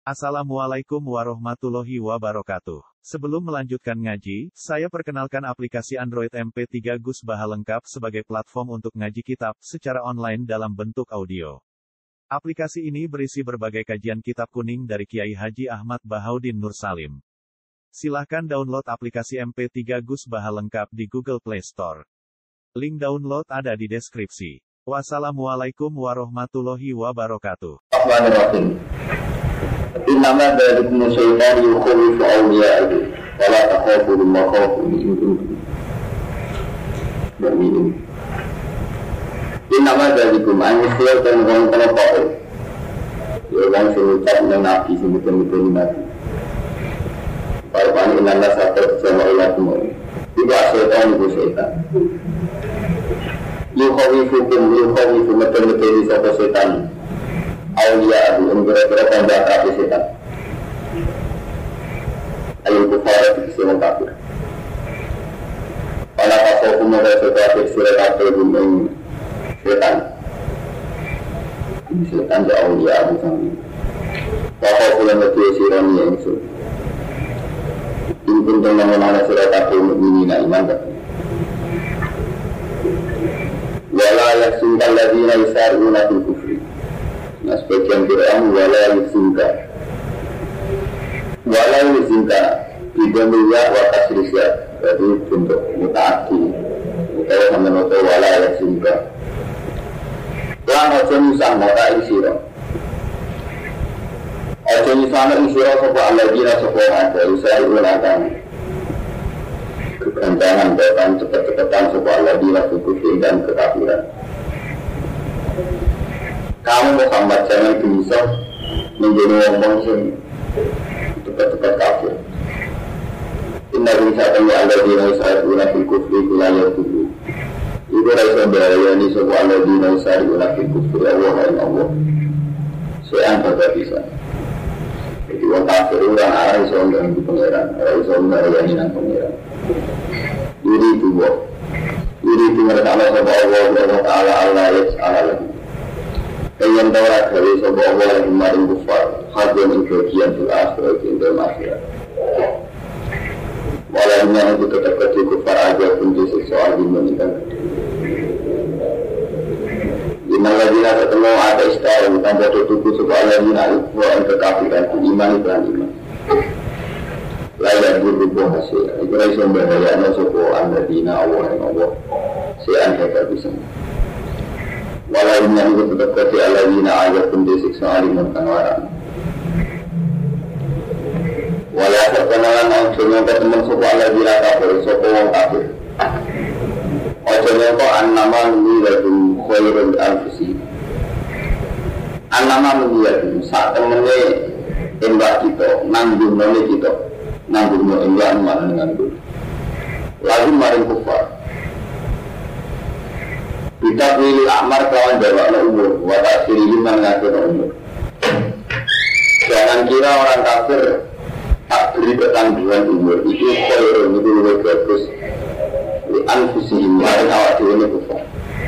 Assalamualaikum warahmatullahi wabarakatuh. Sebelum melanjutkan ngaji, saya perkenalkan aplikasi Android MP3 Gus Baha lengkap sebagai platform untuk ngaji kitab secara online dalam bentuk audio. Aplikasi ini berisi berbagai kajian kitab kuning dari Kiai Haji Ahmad Bahaudin Nur Salim. Silahkan download aplikasi MP3 Gus Baha lengkap di Google Play Store. Link download ada di deskripsi. Wassalamualaikum warahmatullahi wabarakatuh. Innama dzalikum syaitan yukhawifu awliya'ahu wala takhafu mimma khafu in kuntum mu'minin. Innama dzalikum anisiya dan wonten apa ya lan sing ucap nang nabi sing betul-betul nabi parpan inna satu sama ilakum iku syaitan iku syaitan yukhawifu betul-betul sapa setan awliya abu kira-kira pembak kafir setan ayo kufar itu semua kafir pada pasal kumada kafir surat kafir gumeng setan ya awliya abu sami pasal kulan itu sirani yang itu ini pun teman-teman surat kafir mu'minina iman wala yaksungkal ladina yisaruna fil kufri. Nah, sebagian Quran wala yusinka tidak mulia wakas risyat, jadi bentuk mutaati atau sama-sama wala yusinka lan ojo nyusah mata isiro ojo nyusah isiro sopa aladina sopa ada usah diunakan kegantangan bahkan cepat-cepatan sopa aladina kekusin dan kekafiran. Kamu Muhammad jangan bisa menjadi orang yang cepat-cepat kafir. Inna bisa tanya Allah di Naisar unafil kufri kulayah tubuh. Itu rasa bahaya ini semua Allah di Naisar unafil kufri Allah yang Allah. Saya angkat bisa. Jadi orang kafir orang arah iso mengganggu pangeran, arah iso mengganggu pangeran. Diri itu boh. Diri itu mereka Allah Taala Allah yas'ala lagi. Yang tahu dari sebuah Allah yang kemarin kufar hadir bagian fil akhirat di dalam akhirat. Walaunya itu tetap kecil kufar aja pun disiksa argumen kan. Di mana dia ketemu ada istilah tanpa tutup sebuah lagi naik buat kekafiran iman dan iman. Layak berubah hasil. Itu yang bahaya sebuah anda dina Allah yang Allah. Saya angkat bisa. Walaunya itu tetap kecil aladina ayat pun disiksa alimun kanwaran. Walau terkenalan ojolnya ketemu sopa aladina kafir, sopa wong kafir. Ojolnya kok an-nama mengiladun khairul anfusi. An-nama mengiladun saat temennya embak kita, nanggung nolnya kita, nanggung nolnya embak mana nanggung. Lalu maring kufar. Kita pilih amar kawan jawab umur, watak sirihin mengatur umur. Jangan kira orang kafir tak beri ketangguhan umur. Itu khairun, itu lebih bagus. Anfusihim, maring awak diwini kufar.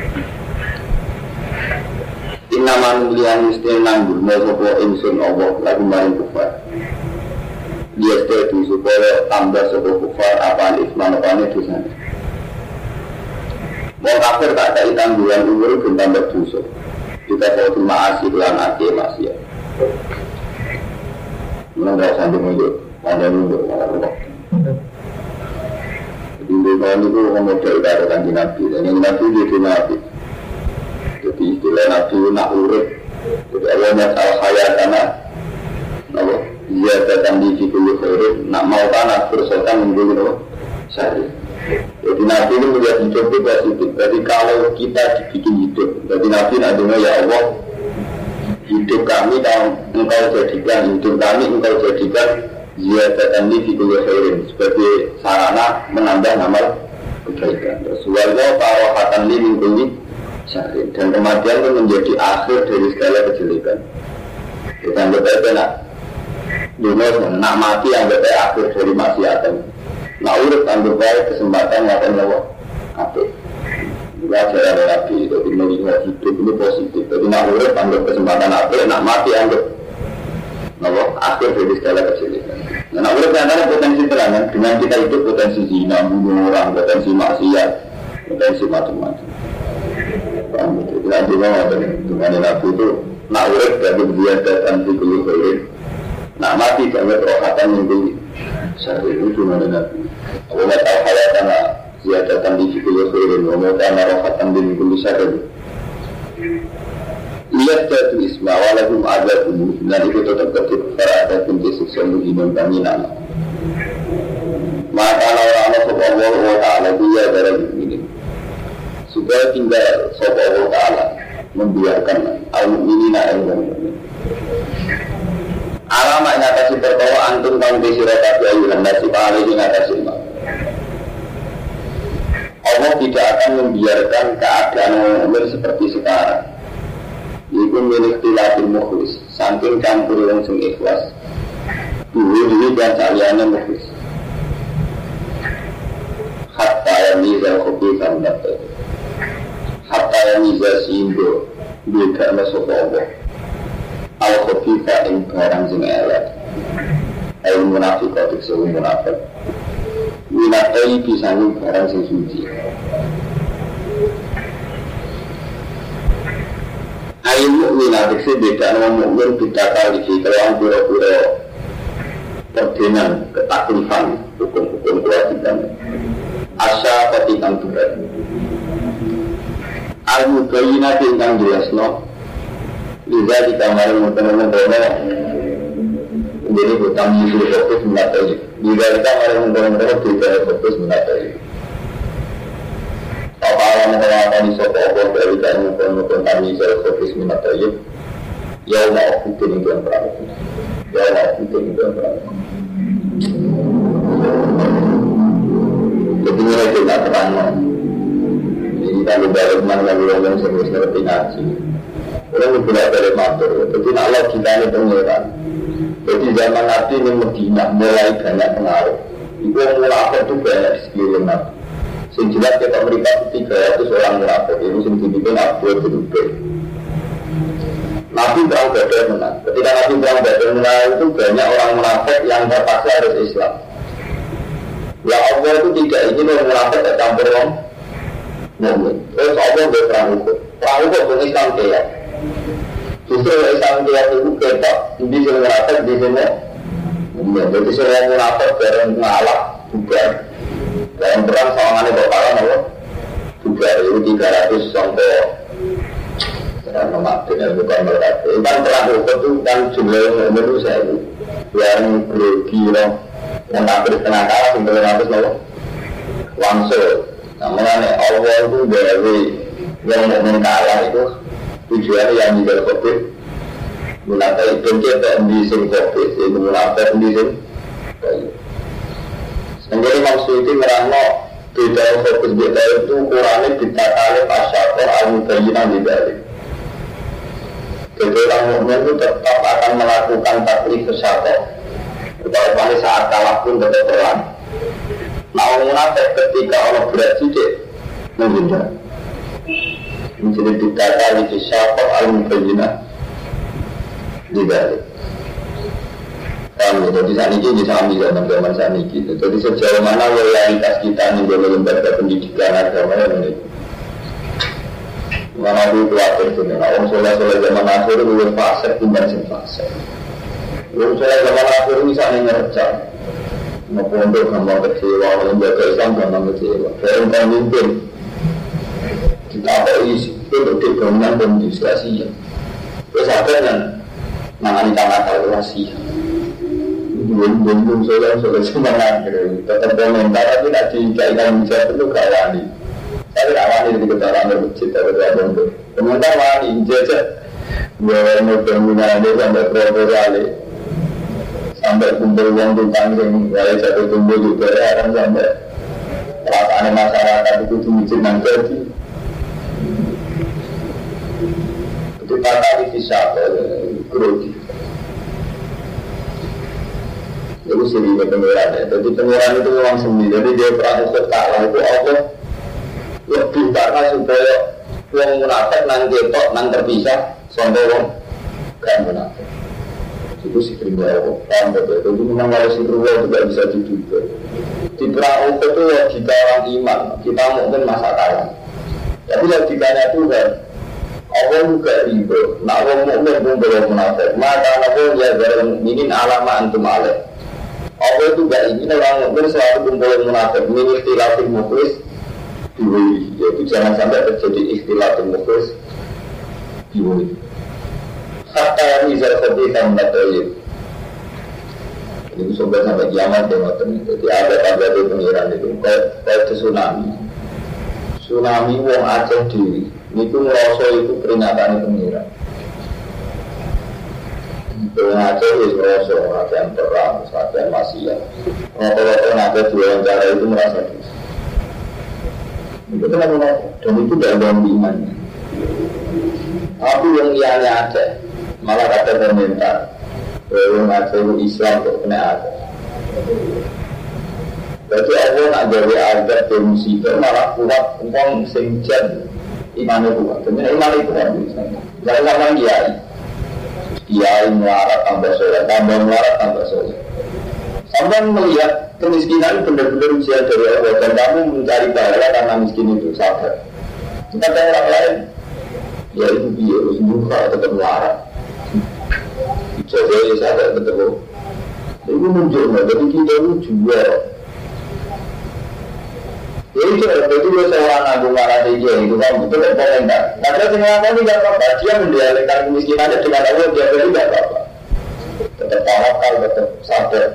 Inaman lian istilah nanggur, maupun insun Allah, lagu maring kufar. Dia setuju supaya tambah sebuah kufar, apaan isman, apaan itu sana. Mau kafir tak ada tanggungan umur pun tambah dosa. Kita tahu cuma asih lan ake masih ya. Mengenai sambil mundur, ada mundur, ada mundur. Jadi tahun itu orang model dari kanji Nabi, dan yang Nabi itu Nabi. Jadi istilah Nabi nak urut. Jadi Allah masalah kaya karena, apa? Dia datang di situ khairin, nak mau tanah bersotan menunggu sehari. Jadi Nabi ini melihat hidup itu positif. Jadi kalau kita dibikin hidup, jadi Nabi nadungnya ya Allah, hidup kami engkau jadikan, hidup kami engkau jadikan ziyadatan li fi kulli khairin sebagai sarana menambah amal kebaikan. Rasulullah tarohatan li min kulli syarrin, dan kematian itu menjadi akhir dari segala kejelekan. Kita anggap aja nak mati anggap aja akhir dari maksiatan. Nah urut ambil baik kesempatan ngapain Allah apa? Belajar dari Nabi itu melihat hidup ini positif. Jadi nak urut ambil kesempatan apa? Nak mati ambil Nopo akhir dari segala kejelekan. Nah, oleh karena potensi terangan dengan kita itu potensi zina, bunuh orang, potensi maksiat, potensi macam-macam. Nanti mau ada dengan Nabi itu nak urip dari dia datang di kulit. Nak mati jangan rohatan yang di saya itu cuma Nabi. Allah tahu hayatana dia datang di kulit. Allah tahu rohatan di kulit saya. Lihat jatuh isma walaupun ada pun dan itu tetap ketika ada pun siksa muhiman kami nama. Maka orang-orang sebab Allah Taala dia dari ini supaya tinggal sebab Allah Taala membiarkan al-mu'minina al-mu'minin. Alamat ngatasi perkara antum kang disirati ayuhan nasib alaihi ngatasi mak. Allah tidak akan membiarkan keadaan mukmin seperti sekarang. Iku milik tilatil mukhlis, saking campur yang sing ikhlas. Dulu dan saliyane mukhlis. Hatta yang nizal kopi kandat. Hatta yang nizal sindo beda masuk Allah. Al kopi kain barang sing elek. Ayo munafik kotik sewu munafik. Minatai pisang barang sing suci. Ayo mukmin adiksi beda nama mukmin beda kali di kelawang pura-pura perdenan ketaklifan hukum-hukum kewajiban asa ketikang berat al-mubayina tingkang jelas no liza di kamar mengkono-mengkono jadi hutang yusri fokus menatoi liza di kamar mengkono-mengkono beda fokus menatoi apabila mengatakan sopa Allah dari kain mengkonon kami servis minat tayyib ya Allah aku tinggal berapa ya Allah aku tinggal berapa jadi mulai kita terang jadi kalau balik mana orang servis ngerti ngaji orang bergerak dari matur jadi Allah kita ini pengeran jadi zaman Nabi ini Medina mulai banyak pengaruh itu mulai itu banyak di sekeliling Nabi. Sejak kita mereka 300 orang munafik ini dibikin Abu Bakar. Nabi perang Badar menang. Ketika Nabi perang Badar menang itu banyak orang munafik yang terpaksa harus Islam. Ya Allah itu tidak ingin orang munafik tercampur orang mukmin. Terus Allah berperang hukum. Perang hukum pun Islam kaya. Justru Islam kaya itu ketok di sini munafik di sini. Jadi semua munafik bareng ngalah bukan. Dalam perang sawangannya berpalan Allah juga itu 300 sampai perang memakai dan bukan berkata kan perang hukum itu kan jumlah menurut saya yang grogi yang tak berkenaan kalah sampai 500 Allah langsung namanya Allah itu dari yang mau kalah itu tujuannya yang juga COVID menata itu kita di sini COVID itu menata di sini menjadi maksud itu merangkau beda fokus beda itu kurangnya kita kali pasyator al-mubayyinan di balik. Jadi orang mukmin itu tetap akan melakukan taklif kesyator. Walaupun saat kalah pun tetap terang. Nah orang munafik ketika orang berat sidik menghindar. Menjadi kita kali kesyator al-mubayyinan di balik. Jadi saat ini bisa ambil zaman saat ini. Jadi sejauh mana loyalitas kita menjadi lembaga pendidikan agama ini? Mana dulu khawatir sebenarnya. Orang soleh zaman akhir itu lebih fase timbang sing fase. Orang soleh zaman akhir misalnya ngerja, mau pondok gampang kecewa, lembaga Islam gampang kecewa. Orang pemimpin kita apa isi itu berdominan dan diskusi. Terus akhirnya menangani tanah kalkulasi. Belum soleh semangat tetap komentar tapi nak dikaitkan bisa itu kawani tapi kawani di ketaran bercita berada komentar wani jajah gue mau terminal sampai proposal sampai kumpul uang di tanggung gaya jatuh tumbuh juga ya sampai perasaan masyarakat itu dimicin nanti itu kata bisa grogi. Itu sendiri pengeran ya. Jadi pengeran itu memang sendiri. Jadi dia perang untuk kalah itu Allah lebih karena supaya orang munafik nang ketok nang terpisah sampai orang kan munafik. Itu sikrullah kan betul. Itu memang kalau sikrullah itu tidak bisa diduga. Di perang itu logika orang iman, kita mungkin masa kalah. Tapi logikanya Tuhan, Allah juga riba. Nak orang mukmin pun belum munafik. Maka Allah ya dalam minin alama antum alaih. Allah itu gak ingin orang mukmin selalu kumpul munafik. Min ikhtilafil mukhlis diwili. Yaitu jangan sampai terjadi ikhtilafil mukhlis diwili. Hatta mizal khabithah matoyib. Ini sampai kiamat yang ngoten. Jadi ada tanda pengiran itu kayak tsunami. Tsunami wong Aceh diri. Niku ngerasa itu peringatan pengiran. Wong Aceh itu ngerasa latihan perang, latihan maksiat. Orang-orang Aceh diwawancara itu merasa dosa. Itu kenapa? Dan itu tidak ada imannya. Tapi yang ianya Aceh malah kata komentar. Orang Aceh itu Islam kok kena Aceh. Berarti Allah nak jadi adat ke musibah malah kuat uang sengjan iman itu kuat. Jadi iman itu kuat. Jangan sama kiai melarat tambah soleh, tambah melarat tambah soleh. Sampai melihat kemiskinan benar-benar ujian dari Allah dan kamu mencari pahala karena miskin itu sabar. Kita orang lain, ya itu dia harus buka tetap melarat. Jadi saya ketemu. Itu menunjukkan, jadi kita itu jual. Jadi seorang agung marah dia itu kan betul komentar. Karena semua orang tidak apa-apa, dia mendialekkan kemiskinannya dengan Allah dia beri tidak apa-apa. Tetap tawakal, tetap sabar.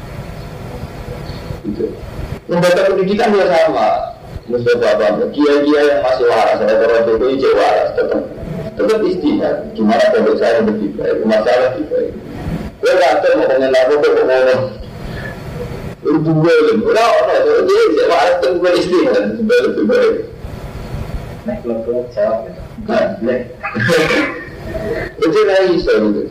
Itu. Lembaga pendidikan dia sama. Mustafa apa? Dia yang masih waras, ada orang itu waras, tetap istihad. Gimana kalau saya lebih baik, masalah lebih baik. Gue kata mau mengenal apa ngomong. Berbulan, orang dia tidak waras tentang istihad, lebih baik. Naik kelompok jawab. Itu lagi soal.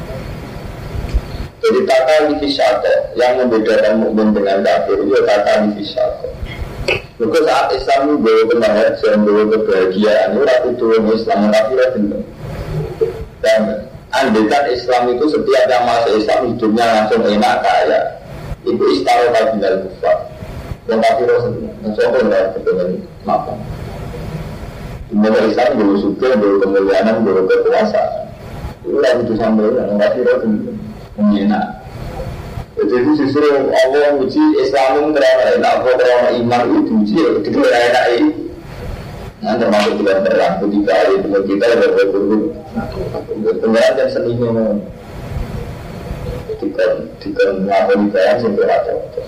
Jadi tata nifisyato yang membedakan mukmin dengan kafir itu tata nifisyato. Maka saat Islam bawa kebahagiaan, bawa kebahagiaan, orang itu Islam kafir itu. Dan andaikan Islam itu setiap yang masuk Islam hidupnya langsung enak kaya, itu istilah kabinal kufar. Yang kafir itu mencoba dengan makan. Dimana Islam bawa suka, bawa kemuliaan, bawa kekuasaan. Itu lagi itu sampai yang kafir itu enak. Jadi justru Allah uji Islam kerana enak, kerana iman itu uji, itu enak ini. Nah, termasuk dalam perang ketika hari itu kita berguru pengeran dan seninya ketika melakukan ibadah sampai ada.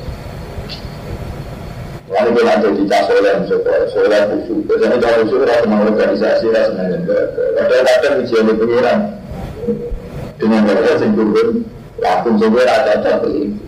Lalu kita ada di casolan, solan khusus. Biasanya kalau khusus rasa mengorganisasi rasanya. Kadang-kadang ujian di pengeran dengan mereka sendiri. Lakum sebenarnya ada ini.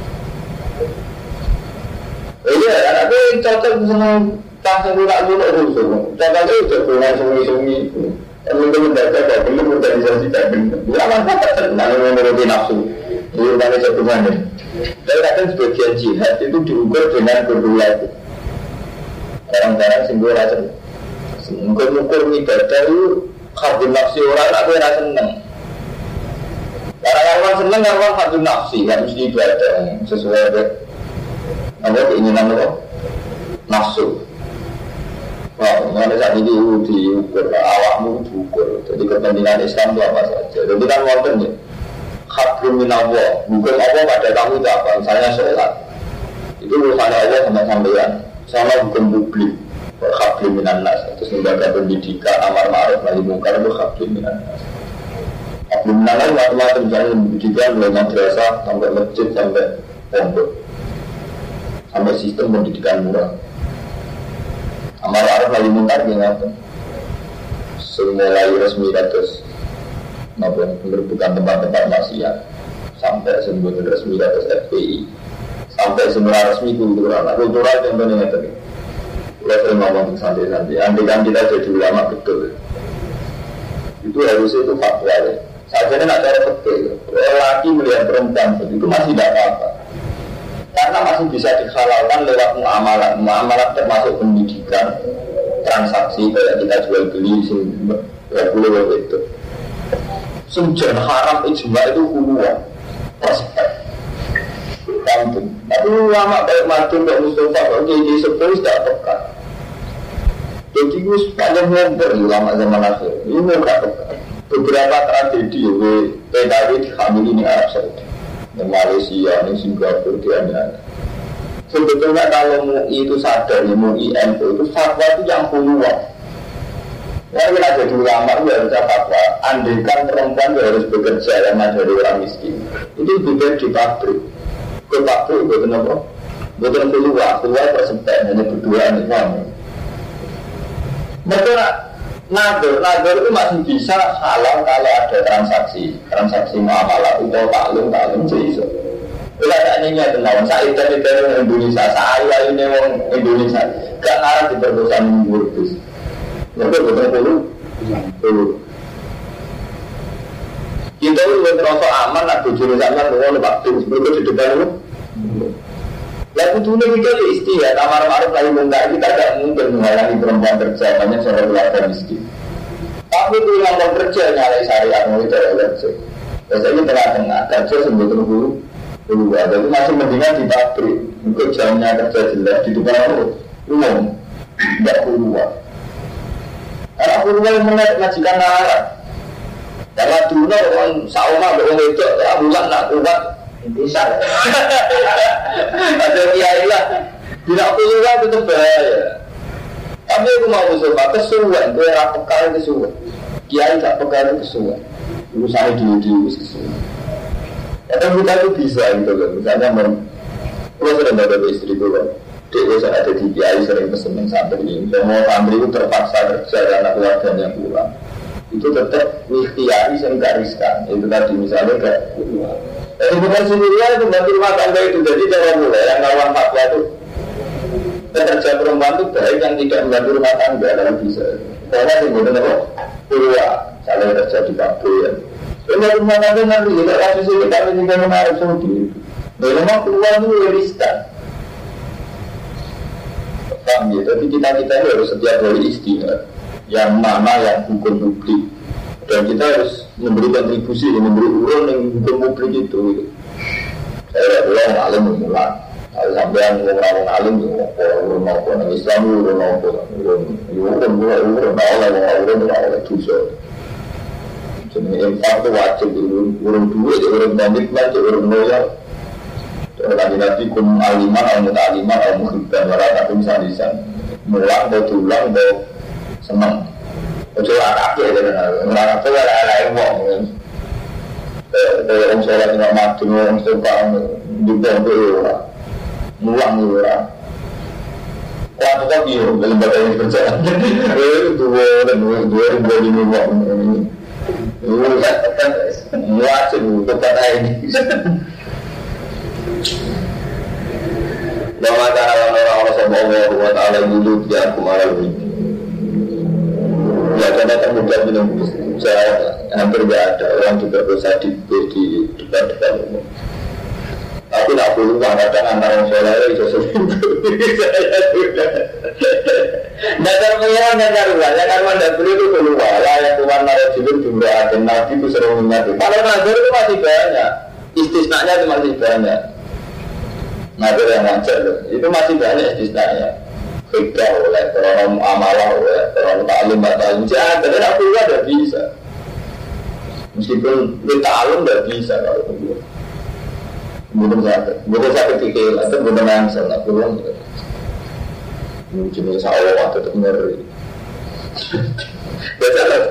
Iya, aku cocok sama tanggung jawab dulu semua. Cocok itu punya sungi-sungi. Teman-teman baca belum organisasi tak belum. Lama tak senang menuruti nafsu. Ini bukan satu mana. Tapi kadang sebagian jihad itu diukur dengan berdua. Kadang-kadang simbol rasa. Mengukur ibadah itu karbon nafsu orang aku rasa senang. Karena orang senang kan orang satu nafsi, kan mesti ibadah sesuai dengan keinginan apa? Nafsu. Wah, mana saat ini diukur, awakmu diukur. Jadi kepentingan Islam itu apa saja. Jadi kan wonten ya. Hablum minallah, hukum Allah pada kamu itu apa? Misalnya sholat. Itu urusannya Allah sama sampeyan, sama hukum publik. Hablum minannas. Terus lembaga pendidikan, amar ma'ruf nahi mungkar itu hablum minannas. Abdullah macam-macam misalnya pendidikan mulai madrasah sampai masjid sampai pondok sampai sistem pendidikan murah. Amal ma'ruf nahi mungkar gimana? Semulai resmi atas maupun bukan tempat-tempat maksiat sampai sebelum resmi atas FPI sampai semula resmi kultural contohnya tadi. Kita sering ngomong santai-santai. Andaikan kita jadi ulama betul, itu harusnya itu fatwa ya. Saja nak cara betul, lelaki melihat perempuan itu masih tidak apa-apa, karena masih bisa dihalalkan lewat muamalah. Muamalah termasuk pendidikan, transaksi kayak kita jual beli, sih boleh itu. Sumjen haram ijma itu huluan prospek kampung. Tapi ulama kayak Madun, Pak Mustafa, Pak Kiai Sepuh tidak peka. Jadi itu sepanjang ngobrol ulama zaman akhir. Ini nggak peka. Beberapa tragedi PKW dihamili ini Arab Saudi, di Malaysia, di Singapura, di Amerika. Sebetulnya kalau MUI itu sadar, MUI NU itu fatwa itu yang huluan. Ya kita jadi ulama itu harusnya fatwa. Andaikan perempuan itu harus bekerja karena dari orang miskin. Itu lebih baik di pabrik. Ke pabrik bukan apa? Bukan keluar persempit hanya berdua nih kamu. Betul Nagar itu masih bisa halal kalau ada transaksi muamalah itu taklum seiso. Bila tak nanya tentang saya dari Indonesia, saya ini orang Indonesia, gak ngarang di perkosan Burgos. Betul. Kita itu berasa aman, nak bujur zaman dengan waktu sebelum di depan itu. Lalu dunia kita istihad, amar-ma'ruf nahi munkar, kita tidak mungkin menghalangi perempuan kerja, banyak seorang keluarga miskin. Tapi itu yang bekerja nyalai syariat, mau itu kerja. Biasanya tengah-tengah, kerja sebetulnya dulu, jadi masih mendingan di pabrik, untuk jamnya kerja jelas di depan umum, tidak keluar. Karena keluar menarik majikan nalar. Karena dulu orang sauma berumur itu, ya bulan nak kuat. Bisa. Ada kiai lah. Tidak keluar itu bahaya. Tapi aku mau usul kesuwen, kue rapekal kesuwen. Kiai tak pekal kesuwen. Urusan di kesuwen. Kadang kita itu bisa gitu kan. Misalnya kalau sering ada istri itu kan, dia saya ada di kiai sering pesen santri. Semua santri itu terpaksa kerja karena keluarganya pulang. Itu tetap ikhtiari sehingga riskan. Itu tadi misalnya kayak keluar. Jadi bukan sendirian itu bantu rumah tangga itu. Jadi cara mulai yang kawan fatwa itu pekerja perempuan itu baik yang tidak membantu rumah tangga dalam bisa. Karena sebetulnya apa? Keluar. Saling kerja di pabrik ya. Kalau rumah tangga nanti tidak kasus ini kami juga menarik seperti itu. Memang keluar itu riskan. Paham ya? Tapi kita harus setiap hari istihad. Yang mana yang hukum publik. Dan kita harus memberi kontribusi, memberi urun yang hukum publik itu. Saya bilang alim mengulang. Kalau sampai yang ngomong alim, urun apa? Islam urun apa? Urun oleh dosa. Jadi infak itu wajib, urun duit, urun komitmen, urun loyal. Nanti kum aliman, al-muta'aliman, al-mukhibban, waratakum sanisan. Mulang, atau tulang, atau senang. Ojo akake ora apa ora wong. Orang sholat dengan mati, orang suka dibantu ora. Mulang ora. Kuat kok biru lembaga ini berjalan. Dua ribu ini. Wajib kepada ini. Bahwa cara orang-orang subhanahu wa ta'ala dulu dia kumaral ini. Ya karena termudah minum saya hampir tidak ada orang juga bisa di depan umum. Tapi nak perlu kadang antara sholat itu sesuatu. Dasar pengiran dan karuan, yang karuan dan beli itu keluar. Yang keluar naruh jilid jumlah dan nabi itu sering mengatur. Kalau nazar itu masih banyak, istisnanya itu masih banyak. Nazar yang wajar itu masih banyak istisnanya. Beda oleh karena muamalah oleh karena ta'lim jadi aku juga tidak bisa meskipun kita ta'lim tidak bisa kalau keluar bukan sakit pikir atau bukan langsung aku bilang jenis awal tetap ngeri biasa lah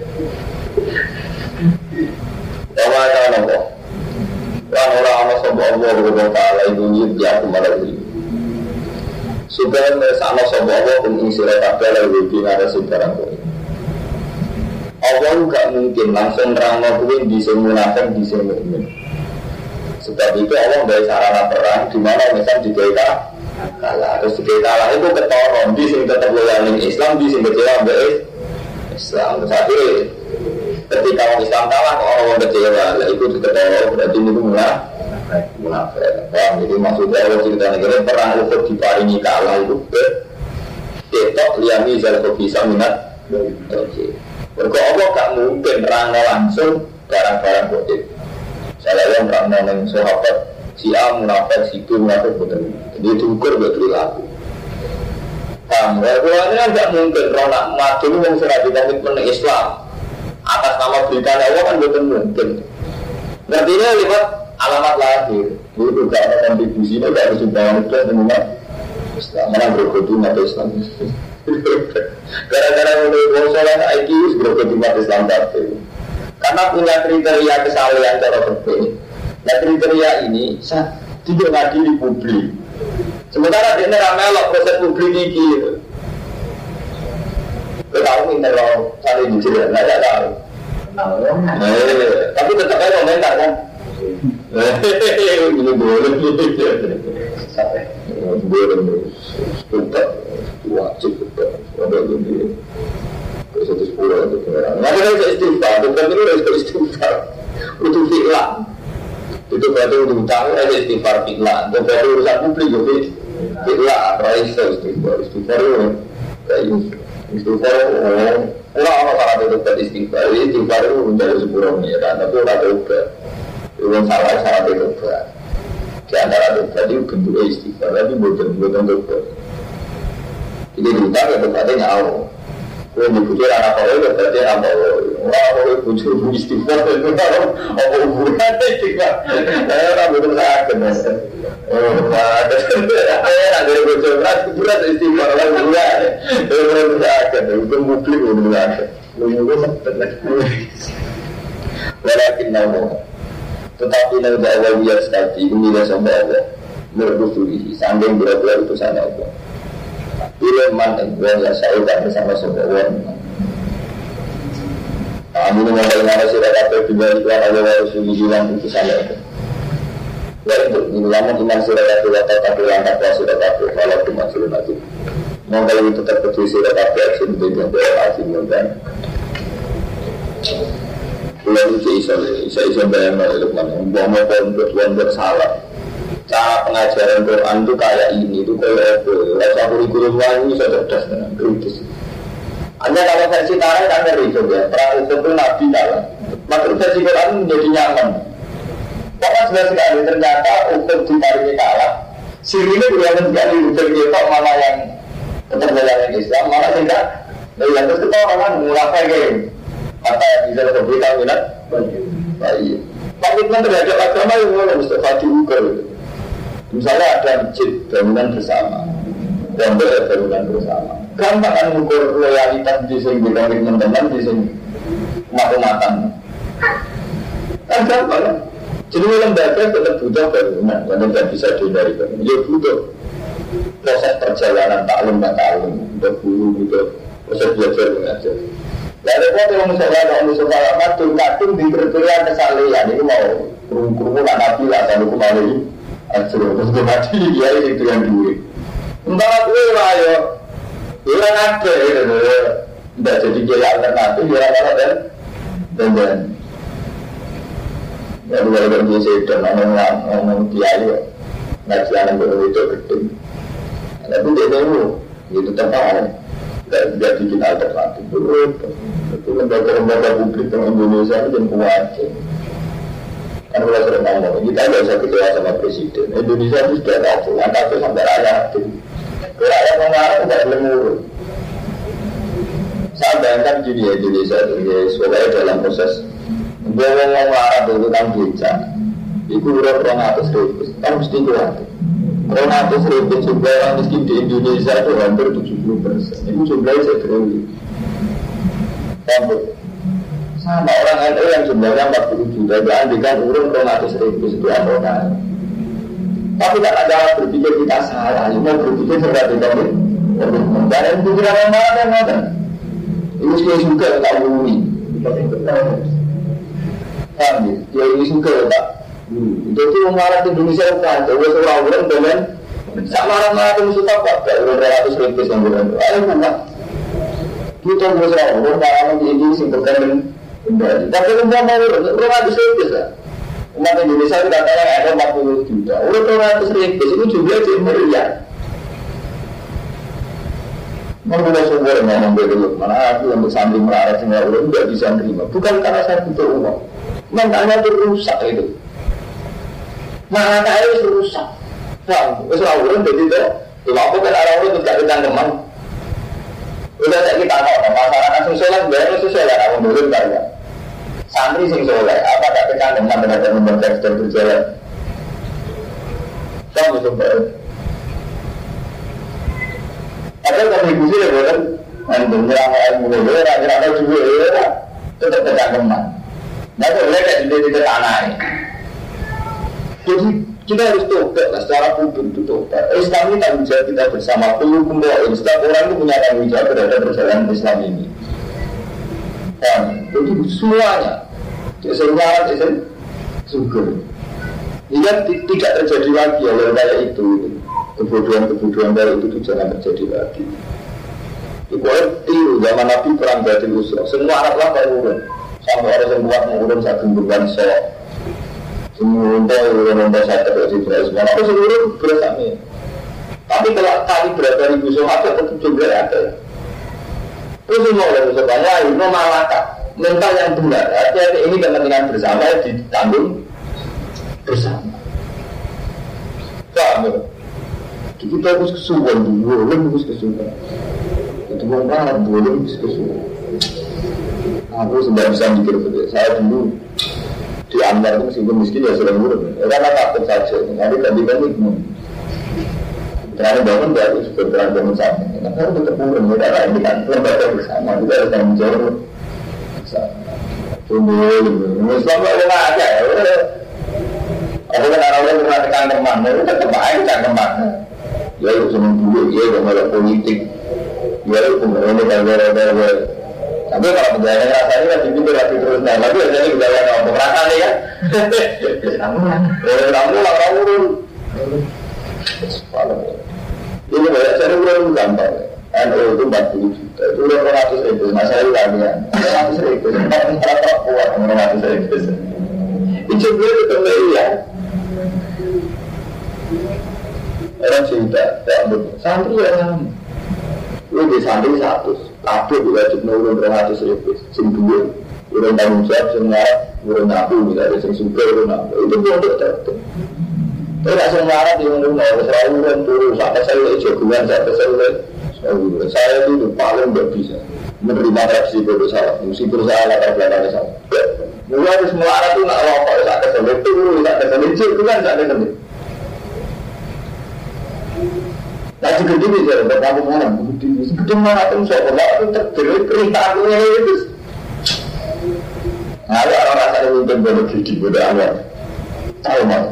sama kan apa orang-orang sama Allah berkata itu dia aku malah ini supaya sama sama Allah mengisirah kabel lebih ada sebarang ini. Allah enggak mungkin langsung nerangno kuwi di sing munafik di sing mukmin. Sebab itu Allah dari sarana perang di mana misal di kalah terus di kalah itu ketoron di sing tetap loyal Islam di sing kecewa mbek Islam. Tapi ketika orang Islam kalah orang kecewa itu ketoron berarti itu munafik. Jadi maksudnya Allah cerita negara perang Uhud diparingi kalah itu ketok liami zal bisa minat. Mergo Allah gak mungkin perang langsung barang-barang goib. Saya yang pernah neng sahabat si A munafik, si B munafik betul. Jadi diukur berperilaku. Kamu, kalau ini tidak mungkin kalau nak maju yang sudah dikomitmen Islam atas nama berita Allah kan betul mungkin. Berarti ini lewat alamat lahir. Itu juga ada kontribusi ini dari sumbangan Islam dan umat Islam. Mana berikut umat Islam. Gara-gara menurut soalan IQ berikut umat Islam tapi karena punya kriteria kesalahan cara berbeda. Nah kriteria ini tidak ngadili publik. Sementara dia melok proses publik ini. Tahu internal saling dijelaskan, nggak tahu. Tapi tetap aja komentar kan. Ini boleh, boleh, tetap wajib tetap. Ada lebih ke 110 itu kebenaran. Nanti harus istighfar, bukan itu harus istighfar. Untuk fi'lan. Itu berarti untuk tahu ada istighfar fi'lan. Untuk berarti urusan publik jadi fi'lan. Raisa istighfar itu kayak istighfar orang salah itu beristighfar. Istighfar itu menjadi sebuah penyeran, tapi orang juga itu salah itu juga. Di antara itu tadi bentuknya istighfar, tapi bukan juga. Jadi kita berarti nyawa. Kalau dipikir anak kau berarti apa? Orang kau punya istighfar itu apa hubungannya istighfar? Orang betul sakit. Ada dari berat berat istighfar orang berat. Orang sakit. Itu publik betul sakit. Lumpuh sakit. Walakin nama. Tetapi nanti awal biar sekali ini dah sampai Allah. Berdoa sangking berat-berat itu sana Allah. Bila man yang saya tak bersama sebuah kami mengenai surat kata pribadi Tuhan Allah Rasulullah hilang itu saya itu. Lalu lama iman surat kata tapi langkah surat kata kalau cuma surat lagi. Mau kalau itu terpenuhi surat kata action itu yang berhasil dan. Lalu saya bayang oleh mana umpama pun bersalah. Cara pengajaran Quran itu kayak ini, itu kayak apa? Rasa kurikulum ini sudah cerdas dengan kritis. Hanya kalau versi Tarah kan ngeri juga. Perang itu Nabi kalah. Maka versi Quran menjadi nyaman. Karena jelas sekali ternyata untuk ditariknya kalah. Sirine berlaku sekali untuk kita mana yang tetap jalan Islam, mana tidak. Dan yang terus kita orang mulai game. Maka yang bisa berbeda minat. Baik. Komitmen terhadap agama yang mulai mesti diukur. Misalnya ada masjid bangunan bersama, pondok bangunan bersama. Gampang kan mengukur loyalitas di sini, komitmen teman di sini, mata-matan. Kan gampang kan? Jadi lembaga tetap butuh bangunan, yang tidak bisa dihindari. Ya butuh proses perjalanan taklim, butuh guru, butuh proses belajar mengajar. Lalu kalau misalnya kadung di kriteria kesalahan ini mau kurung nabi lah, kalau kembali. Terus mati dia itu yang duit. Entah aku lah yo, orang ada itu, tidak jadi jalan alternatif, jalan apa dan ya boleh berbiasa dan ngomong dia yo, ngaji anak baru itu gede. Tapi dia dulu itu tempat tidak bikin alternatif. Itu lembaga publik yang Indonesia itu yang kuat. Kan kalau sering ngomong, kita tidak bisa kecewa sama presiden. Indonesia itu sudah tahu, angka itu sampai rakyat. Rakyat mengarah tidak boleh ngurus. Saya bayangkan gini ya Indonesia itu, sebagai dalam proses ngomong Arab itu kan beca. Itu udah 200.000, kan mesti kuat. 200.000 jumlah orang miskin di Indonesia itu hampir 70%. Itu jumlahnya setriliun. Sama orang NU yang jumlahnya 40 juta, diandikan urun 200.000 itu apa? Tapi tak ada berpikir kita salah, mau berpikir seperti itu. Dan pikiran yang mana? Ini suka tak bumi. Kami, dia ini suka tak. Jadi orang Indonesia kan, kalau seorang orang dengan sama orang musuh tak, urun 200.000 yang berani. Ayo bukan. Kita berusaha orang di Indonesia berkembang. Tapi umpama orang itu serius lah. Umat Indonesia itu katanya ada 40 juta. Orang itu serius, itu jumlah miliar. Membuat sumber ngomong begitu, mana aku untuk sambil melarat semua orang tidak bisa terima. Bukan karena saya butuh uang, mentalnya itu rusak itu. Malah kaya itu rusak. Wah, wis ora urun dadi to. Lha apa kan ora urun gak ketangkeman. Udah saya kita tahu, masyarakat sing soleh biasanya sesuai lah, menurut saya. Santri sing soleh, apa tak ketangkeman dengan teman teks dan berjalan. Sama itu baik. Ada kontribusi ya kan, untuk menyerang ilmu ada juga ya, tetap ketangkeman. Nah, boleh kayak di tanah ini. Jadi kita harus tobat lah secara publik itu tobat. Islam ini tanggung jawab kita bersama. Perlu kumpul. Setiap orang itu punya tanggung jawab terhadap perjalanan Islam ini. Dan jadi semuanya, semuanya itu syukur. Jika tidak terjadi lagi oleh kayak itu, kebodohan-kebodohan dari itu jangan terjadi lagi. Itu zaman Nabi perang Badr Usra. Semua anak lapar urun. Sampai orang yang kuat mengurun satu beban sok. Semua untuk saya terus semua. Aku seluruh berasanya. Tapi kalau kali berapa ribu sahabat tetap jumlah ada. Terus semua orang sebanyak itu malakah mental yang benar. Artinya ini kepentingan bersama ditanggung bersama. Paham ya? Kita harus kesubuhan dulu, harus kesubuhan. Itu orang boleh harus kesubuhan. Aku sudah bisa mikir betul. Saya dulu di Anwar itu meskipun miskin ya sering urut. Karena takut saja. Nanti ganti-ganti gimana? Terang bangun baru juga terang bangun sama. Karena harus tetap urut. Karena ini kan lembaga bersama. Kita harus tanggung jawab bersama. Tunggu. Islam itu aja. Aku kan orang-orang pernah tekan teman. Itu tetap aja tekan teman. Ya itu cuma dulu. Ya itu malah politik. Ya itu kemudian kalau tapi kalau perjalanan rasanya kan jadi berarti terus nah, tapi jadi perjalanan apa rasanya ya? Kamu lah urun. Ini banyak saya urun gampang. NU itu 40 juta. Itu udah 200.000. Nah saya lagi ya. 200.000. Berapa kuat 200.000? Itu boleh ketemu ya. Orang cerita, santri ya. Ini di santri 100. Kabeh wajib nurun 200.000. Sing duwe urun tanggung jawab semua urun aku misalnya sing suka urun aku. Itu pondok tertentu. Tidak semua di rumah selalu urun turun sampai saya jagoan sampai saya itu paling tidak bisa menerima reaksi berusaha. Meskipun saya latar belakangnya sama. Mulai harus melarat itu nak apa saat keselit turun saat keselit jagoan saat keselit. Nah, segede bisa, berapa mana? Segede mana pun saya berlaku tergerak perintah aku itu. Nah, ada orang rasanya mungkin boleh gigi pada awal. Tahu mana?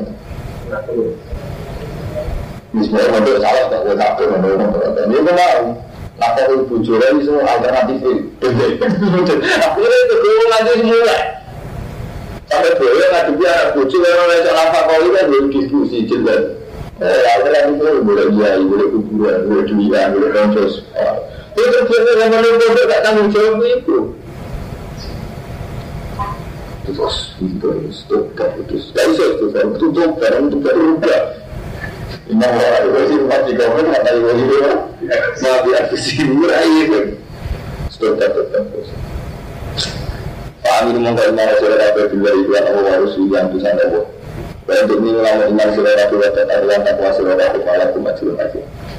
Misalnya untuk salah tak boleh takut menurut ini memang lapor ibu juara ini semua alternatif ini. Akhirnya itu dulu nanti semula. Sampai boleh nanti biar bujuk orang lain salah fakoi kan belum diskusi jelas. Awalnya itu boleh kiai, boleh kuburan, boleh duian, boleh konsos. Itu terjadi yang menurut tak tanggung jawab itu. Terus itu stop putus. Tidak bisa itu tutup barang untuk berubah. Ini orang itu rumah di kampung nggak tahu itu ya. Mati aku sih murah itu. Stop putus. Pak Amin mengatakan masyarakat berbeda itu yang harus diganti sana. Untuk ini ulama iman sirah dua tataruan takwa sirah kepala kumacul aja.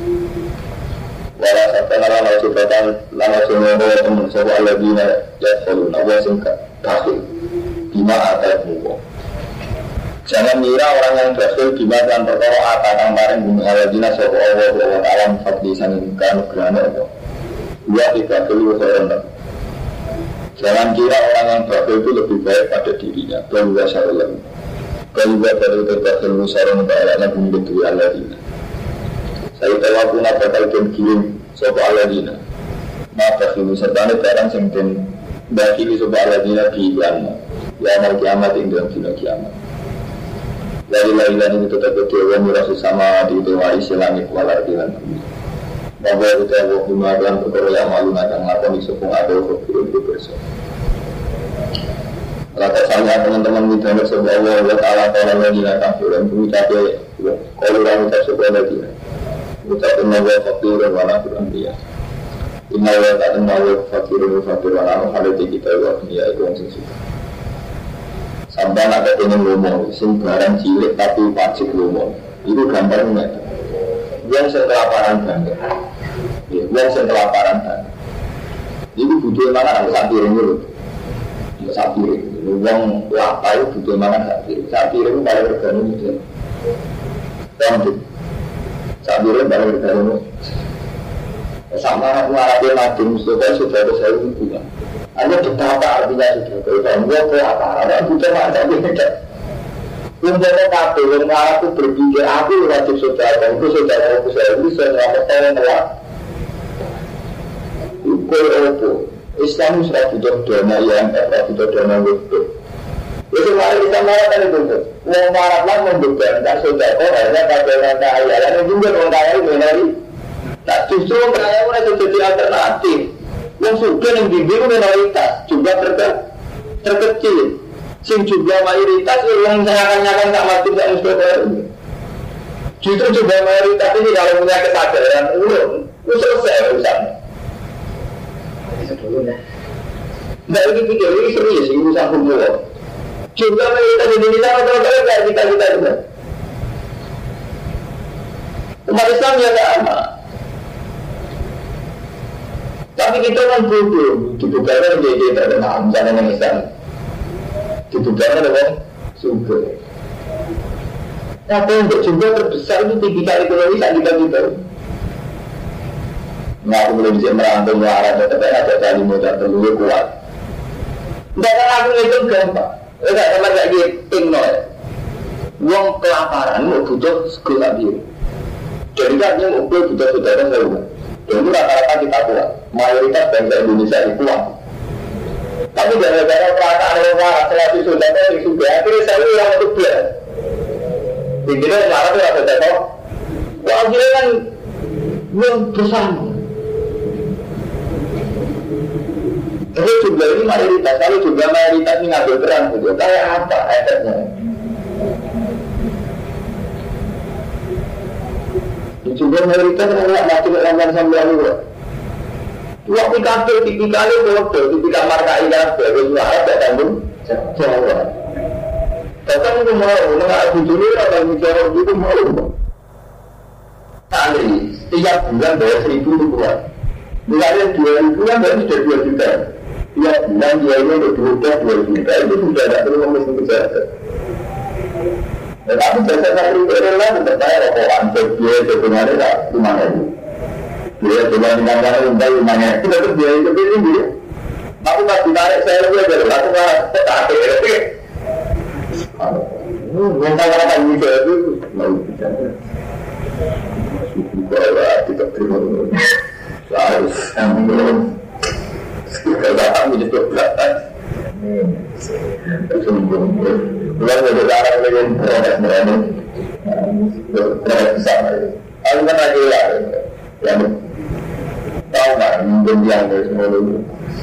Walau sampai lama coba lama semua teman semua lebihnya ya kalau nawa singkat tahu bima atas muka. Jangan mengira orang yang berhasil bima dan perkara atas kemarin bumi aladina sopo Allah alam fadli sanin kanu kerana Allah. Dua tiga kali orang. Jangan kira orang yang berhasil itu lebih baik pada dirinya. Bahwa Allah. Kalau dari terbatas musaran baraknya bumi kedua aladina. Saya tahu aku nak bakal kirim sopo aladina. Maka kirim serta barang sengten bagi sopo aladina di iklan. Ya mau kiamat ing dalam dunia kiamat. Dari lain ini tetap betul merasa sama di dewa isi langit walar di langit. Bahwa kita gunakan perkara yang malu akan melakukan sopong ada kirim itu bersama. Rata saya teman-teman di dalam sebuah Allah Ta'ala kalau lagi nak dan mengucapkan kalau orang ucap sebuah lagi ucapkan Allah fakir dan wala Quran dia inna Allah ta'ala Allah fakir dan fakir wala ada di kita Allah dia itu yang sesuatu Sampai nak pengen ngomong, sembarang cilik tapi wajib ngomong. Itu gambarnya. Yang kelaparan banget. Yang kelaparan banget. Itu butuh mana saat piring dulu. Saat piring. Yang lapar itu butuh mana saat piring. Saat piring paling bergantung itu. Tonton. Saat piring paling bergantung. Sama menghadapi mati Mustafa sudah saya juga. Hanya betapa artinya sudah kalau ke apa ada butuh macam beda. Umpama kafe yang aku berpikir aku wajib saudara, itu saudara aku saya bisa melakukan telah. Itu Islam sudah butuh dana yang butuh dana itu. Itu mari kita melakukan itu. Mau marahlah membuktikan saudara hanya pada orang kaya, dan juga orang kaya menari. Nah justru kaya mereka jadi alternatif. Yang suka yang bimbing minoritas juga terkecil. Sing juga mayoritas yang nyakan-nyakan tak mati tak mesti. Justru juga mayoritas ini kalau punya kesadaran ulun, itu selesai urusannya. Tidak lagi pikir ini serius urusan hukum. Juga mayoritas di Indonesia betul-betul kayak kita juga. Umat Islam ya sama. Tapi kita kan bodoh, dibukakan jadi tak ada nama, misalnya yang Islam dibukakan dengan sumber. Tapi untuk sumber terbesar itu tipikal ekonomi saat kita nah aku boleh bisa merantau melarang, tetapi ada kali modal terlalu kuat. Tidak kan aku itu gampang, tidak sama kayak gitu, uang kelaparan, mau butuh sekolah biru. Jadi kan yang mau butuh saudara saya. Dan itu rata-rata kita kuat. Mayoritas bangsa Indonesia itu kuat. Tapi gara-gara perasaan orang selagi sudah yang sudah akhirnya saya ulang untuk dia. Intinya marah itu apa saja? Wah akhirnya kan yang bersama. Tapi jumlah ini mayoritas. Kalau jumlah mayoritas ini ngambil peran gitu. Kayak apa efeknya? Juga mayoritas orang mati dengan sambil luar. Waktu kafe tipikalnya bodoh, tipikal markai kafe, suara tak tanggung jawab. Tapi itu mau, nggak bujuni atau bicara itu mau. Kali setiap bulan bayar 1.000 rupiah. Bulannya 2.000 kan baru sudah 2 juta. Tiap bulan dia ini untuk 2 juta itu sudah tidak perlu mengisi kesehatan. Tetapi jasa satu adalah terpercaya rokokan sebiaya sebenarnya tak gimana itu. Dia coba menambahkan untuk gimana itu tetap biaya itu tinggi. Aku pas ditarik saya lebih aja, aku malah tetap ada. Mentang-mentang juga itu mau bicara. Bahwa tidak terima dulu. Harus ambil. Kalau menjadi belakang. Bukan ada orang yang berani bersama itu. Aku kan lagi lah, yang tahu nggak menjadi dari semua itu.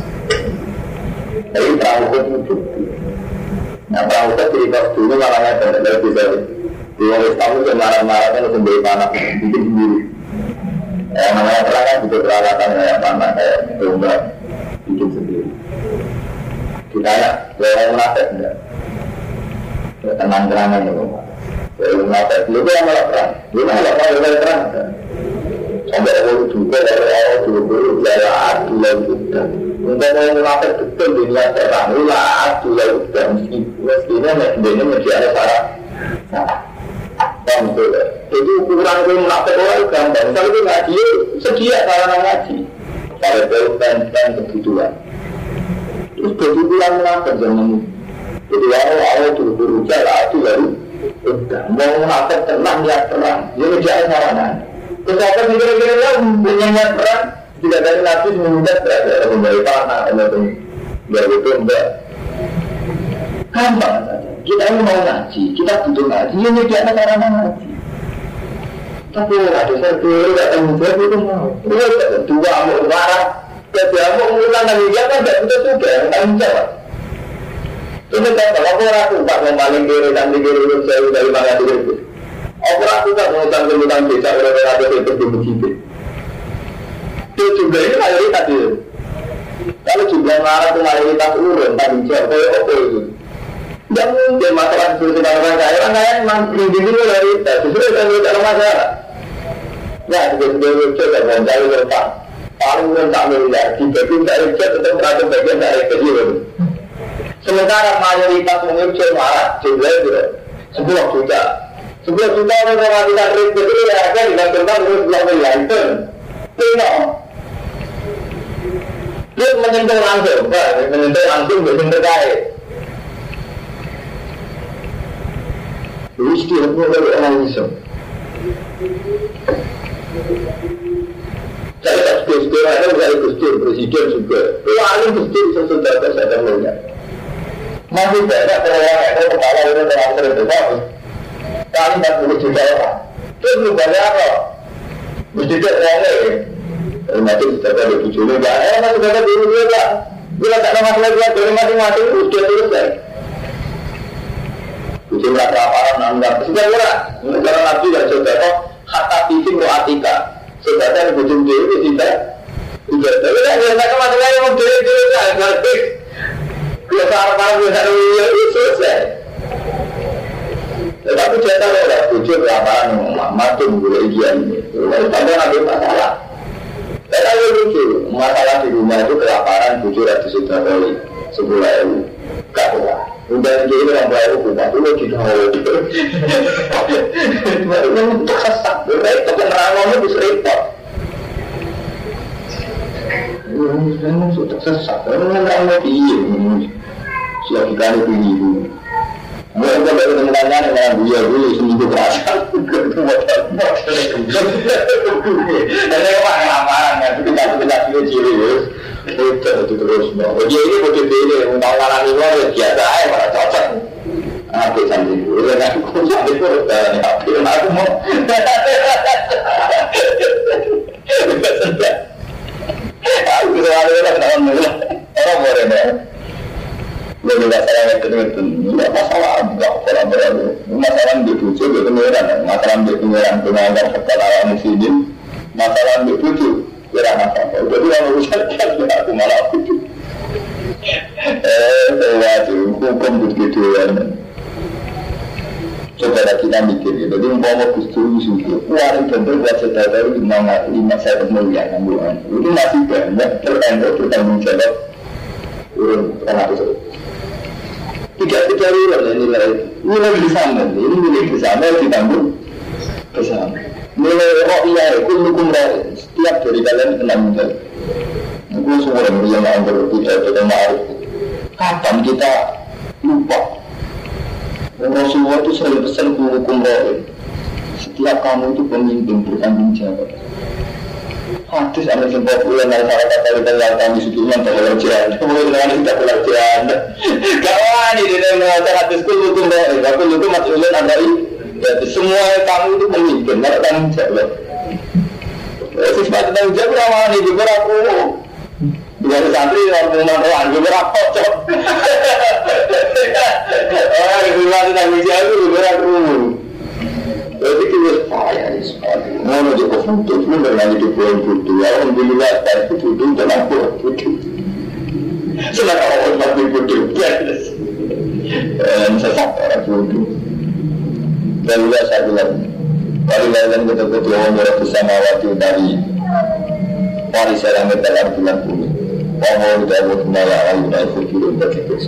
Tapi perahu itu, nah perahu itu cerita dulu malahnya tidak bisa. Di orang Islam itu marah-marah kan sendiri panah, bikin sendiri. Namanya perang kan butuh peralatan kayak panah, kayak domba, bikin sendiri. Kita ya, orang munafik enggak. Tenang-tenangan itu. Orang munafik itu yang malah perang. Dia malah perang. Sampai orang juga dari awal dulu biaya adu lagi udah. Untuk orang munafik betul dunia perang, ulah adu lagi udah. Mestinya dia menjadi syarat. Betul. Jadi ukuran itu munafik orang gampang. Kalau itu ngaji, sedia sarana ngaji. Kalau itu pen kebutuhan. Terus kebutuhan munafik jangan. Jadi awal dulu jalan itu baru udah mau munafik tenang ya terang. Dia menjadi sarana. Terus apa kira-kira yang punya perang tidak dari nabi meminta berada kembali panah atau baru itu enggak gampang saja. Kita ini mau ngaji, kita butuh ngaji, ini dia sarana ngaji. Tapi ada satu tidak tanggung jawab itu mau. Dua mau marah, ketiga mau mengulang lagi dia kan tidak betul juga tanggung jawab. Itu kan kalau aku tak mau maling diri dan diri saya dari mana diri. Aku tak mau tanggung desa orang ada itu begitu. Itu juga ini mayoritas itu. Kalau jumlah marah itu mayoritas urun tanggung jawab apa itu? Tidak mungkin masalah seperti orang kaya memang tinggi-tinggi realitas. Justru itu ada masalah. Nah, sebetulnya coba mencari rentang. Paling rentak miliar, dibagi dari jet untuk berada bagian dari kecil. Sementara mayoritas mengecil marah, jumlahnya 10 juta. 10 juta untuk mematikan ribu itu ya harga dibandingkan dengan 10 miliar itu. Tidak. Dia menyentuh langsung, menyentuh terkait. Jadi dia mulai analisis. Saya tak setuju, saya setuju presiden juga. Paling setuju sudah saya melihat. Masih banyak perolehan itu kepala itu terlalu terbesar. Kali 40 juta orang. Itu berubahnya apa? Mesti dia orangnya. Mati sudah ada tujuannya. Masih ada dulu juga. Bila tak ada masalah juga dari masing-masing itu sudah selesai. Kucing rata aparat nanggar. Sudah murah. Karena Nabi dan saudara kata fisik roatika. Saudara yang kucing dewi tidak. Sudah. Tapi kan yang tak masalah yang dewi kan. Kalau searah-arah bisa itu selesai. Tetapi saya tahu ada kucing laparan mati mulai dia ini. Pada ada masalah. Saya tahu lucu. Masalah di rumah itu kelaparan kucing ratu sudah kali 10.000. Gak boleh. Udah jadi orang baru bukan dulu kita mau. Memang terkesak. Itu penerangannya bisa repot. Memang sudah terkesak. Penerangannya dia. Siapa kali pilih. Mereka bertemu-tanya dengan dia dulu seminggu perasaan. Dan memang lamaran kan, kita ciri itu terus. Dia ini motif ini, mau ngalami luar biasa aja, malah cocok. Aku sambil dulu, aku sambil dulu, aku mau. Aku selalu orang boleh deh. Lebih masalah itu tidak masalah enggak kolaborasi masalah di tujuh di pengeran masalah di pengeran pengantar perkara muslimin masalah di tujuh kira masalah jadi orang urusan kan aku malah aku hukum begitu ya coba kita mikir jadi umpama Gustur Yusufu uang itu buat sekitar 5 saya miliar bulan itu masih banyak tertanggung jawab urun orang itu tidak ulang nilai bersama ini nilai bersama ditanggung bersama nilai rohiyah itu hukum roh setiap dari kalian tenang jawab itu semua yang anggap tidak ma'ruf kapan kita lupa Rasulullah itu selalu pesan hukum roh setiap kamu itu pemimpin bertanggung jawab hadis ada sebuah bulan yang salah kata yang kami sebelumnya pelajaran kemudian kita pelajaran kawan ini dengan mengatakan hadisku hukum aku itu maksudnya ada jadi semua kamu itu pemimpin tidak tanggung jawab sifat tanggung jawab rawan itu beraku dengan santri orang pemanduan juga cocok sifat tanggung jawab itu beraku jadi kita payah mau jadi foto pun dengan itu poin foto alhamdulillah dari foto dalam foto senang orang pakai foto sesat orang foto dan juga saya bilang kali lain kita orang bersama waktu dari waris yang dalam bulan bumi orang tidak boleh melayani dari foto untuk itu.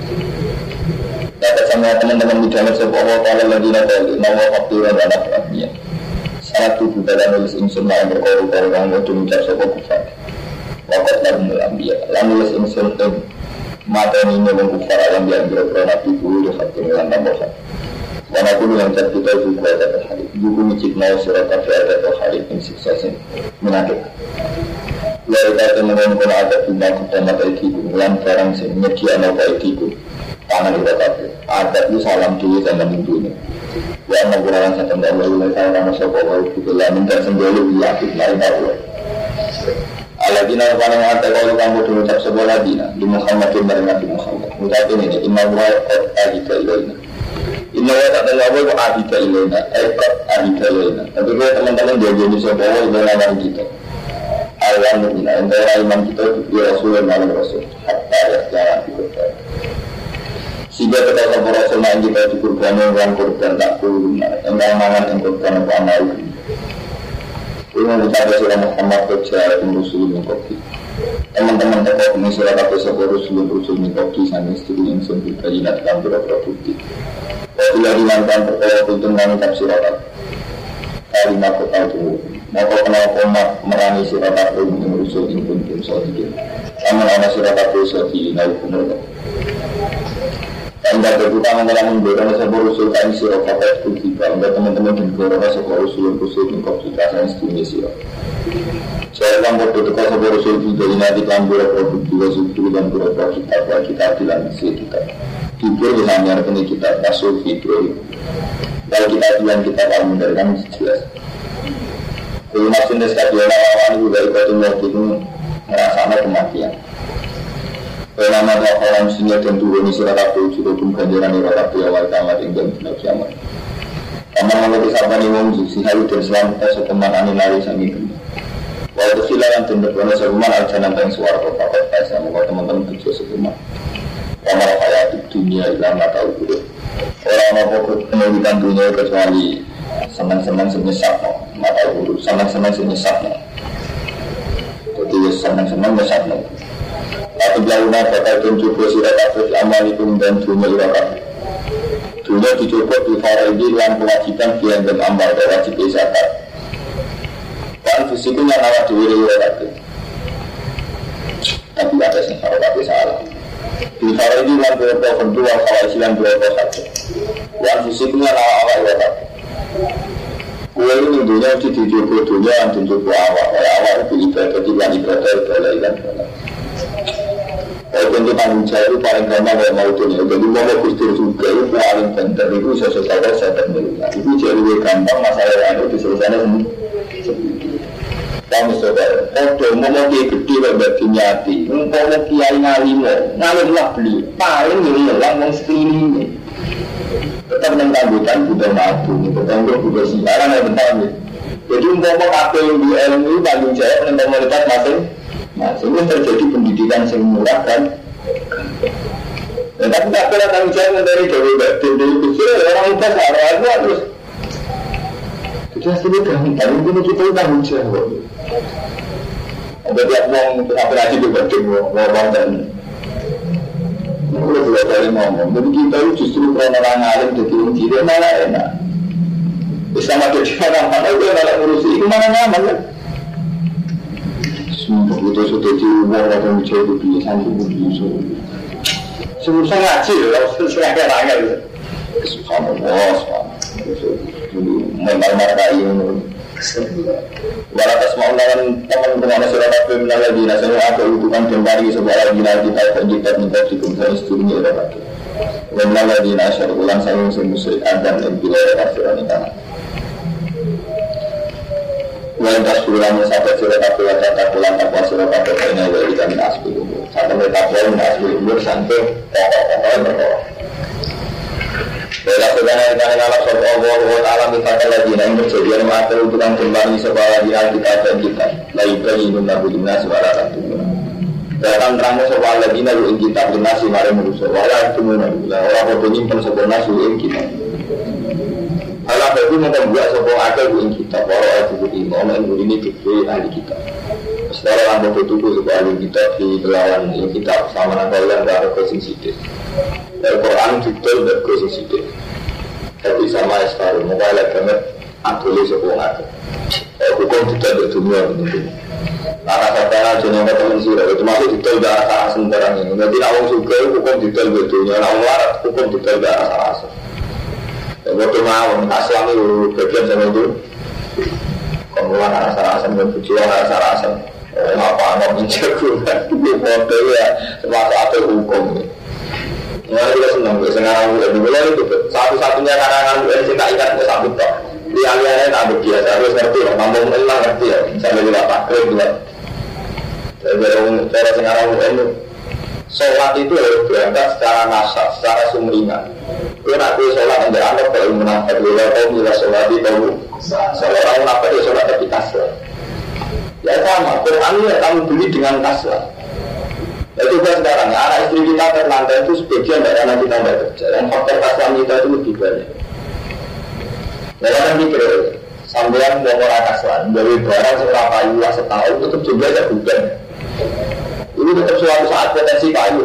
Kata sama teman-teman di dalam sebuah kalau lagi nanti nama waktu dan anak anaknya sangat tubuh dalam nulis insun yang berkoru-koru yang mau mengucap sebuah kufar wakat lagu melambiak lalu nulis insun mata ini mengkufar alam yang berkoru nabi guru dan hati melan tambah dan aku dengan cat kita juga ada terhadap buku micik mau surat kafe ada terhadap yang suksesnya menarik lalu kata mengenai ada bina kita mata etiku melan sekarang menyedia mata etiku tangan kita kafe ada itu salam dulu sama minggunya yang menggunakan satu dahulu saya nama sokoh itu lain dan sendiri yakin lain Allah Aladina paling ada kalau kamu dulu tak sebuah dina di Muhammadin dari Nabi Muhammad mutasi ini inna Allah qad ahida ilaina inna Allah tak ada Allah ahida ilaina qad ahida ilaina tapi kalau teman-teman dia jadi sokoh itu nama kita Allah mu'mina antara iman kita di Rasul dan Rasul hatta ya jangan ikut Sehingga kita sampai Rasul yang kita dikurban orang korban tak kurun, yang mangan yang korban apa amal. Ini mengucapkan surah Muhammad kerja Rasul yang kopi. Teman-teman tokoh ini surah kata sebuah Rasul yang kopi sambil studi yang sempit kajinat dalam beberapa bukti. Bila dilakukan perkara kuntung kami tafsirakat kalimat kota itu maka kenal komat merani sirakat kuntung Rasul yang kuntung sodikin sama nama sirakat sodikin naik umur. Anda berbuka mengenai mendorong sebuah Rasul kami sirakat kuntiba anda teman-teman dan korona sebuah Rasul yang kopi kasar studi sirah. Saya akan berdoa sebuah Rasul juga ini nanti dalam beberapa bukti wasubdu dan beberapa kita bilang kita Hibur misalnya ini kita masuk hibur. Kalau kita bilang kita akan mendengarkan jelas. Kalau maksudnya sekali lawan juga dari waktu itu merasakan kematian. Kalau nama orang sini tentu ini sudah tahu sudah pun kajian ini rakyat awal tamat yang tidak kiamat. Kamu mengerti siapa nih wong si hari dan selamat seteman ani lari sami itu. Waktu silakan tindak benar seruman aljanan dan suara bapak saya mau teman-teman tujuh seruman. Kamar hayat dunia ilang tak tahu dulu. Orang apa pendidikan dunia kecuali senang-senang senyesat no, mata guru senang-senang senyesat no. Jadi senang-senang senyesat no. Tapi jauhnya bakal tunjuk sirat atas amal itu dan dunia irakat. Dunia dicoba di faridi yang kewajiban kian dan amal dan wajib zakat. Dan fisiknya nawat diri irakat. Tapi ada yang harus salah. Di hari ini yang berapa bentuk yang salah silang berapa saja. Yang fisiknya awal awal. Kue ini dunia itu dicoba dunia yang dicoba awal itu ibadah tidak ibadah ibadah. Kalau bentuk tanggung jawab itu paling gampang kalau mau dunia. Jadi mau kustur juga itu paling penting itu sesuatu saya termilu. Itu jadi gampang masalah yang itu diselesaikan sendiri. Kami saudara, kalau mau gede bagi nyati, mau kiai ngalimlah beli, paling hilang mau sekeliling. Tetap menangguhkan budaya madu, tetap budaya siaran yang bentar ni. Jadi mau apa yang di ilmu tanggung jawab dengan komunitas masing-masing ini terjadi pendidikan yang murah kan. Tapi tak pernah tanggung jawab dari dewi batin dari kecil orang muda seharusnya terus. Kita sudah gampang, ini kita tanggung jawab. Jadi aku mau operasi di batin, mau dan aku sudah kali ngomong. Jadi kita itu justru karena orang alim jadi orang tidak malah enak. Bersama dia orang-orang itu malah urusi, itu mana nyaman kan? Semua itu sudah diubah atau menjadi kebiasaan itu. Semua saya ngaji, kalau saya kira-kira subhanallah, memang-memang ini walatas mau lawan teman-teman masyarakat peminat lagi nasanya ada utukan kembali sebuah lagi kita penjitat minta dikumpulan istrinya dapat memang lagi nasyar ulang saya musuh adam dan bila kasiran itu walatas pulangnya sampai sirakat pulang tanpa sirakat ini dari kami asli sampai mereka pulang asli sampai pokok-pokoknya berdoa. Bila sedangkan kita mengalami soal Allah Ta'ala minta lagi yang bersedia memakai utukan kembali sebuah lagi kita dan kita lagi bagi menabudina suara ratu datang terangnya soal lagi nalu kita bernasi mari merusak wala itu menabudina orang berpenyimpan sebuah nasi yang kita Allah itu membuat sebuah akal yang kita para itu imam yang ini dikiri ahli kita setelah orang bertubuh sebuah ahli kita di kelawan yang kita sama nangkalan dari kesensitif Al-Quran betul berkhususnya. Tapi sama sekarang mobile banget atulis sebuah ngata. Hukum tidak berdunia begitu. Karena saya jenis teman sudah itu masuk betul darah salah sembarang ini. Jadi awang suka hukum tidak berdunia, awang larat hukum tidak darah salah. Waktu awang asal itu bagian sama itu. Kemudian rasa asam dan tujuan rasa asam. Apa menjaga di foto ya semasa ada hukum. Nah, kita senang, sekarang itu satu-satunya karangan yang kita ingat itu satu tak. Di aliannya tak biasa, harus ngerti lah, mampu menang ngerti ya. Sampai juga takrib juga. Cara sekarang itu, sholat itu harus berangkat secara nasab, secara sumringan. Itu nanti sholat yang dianggap kalau menangkap bila kau bila sholat itu, seorang menangkap dia sholat tapi kasar. Ya sama, Quran ini kamu beli dengan kasar. Nah, coba sekarang, anak istri kita terlantar itu sebagian dari anak kita tidak kerja. Yang faktor asal kita itu lebih banyak. Nah, kan mikir, sambilan mau orang kasuan, dari barang seberapa payu lah setahun, tetap juga ada bukan. Ini tetap suatu saat potensi payu.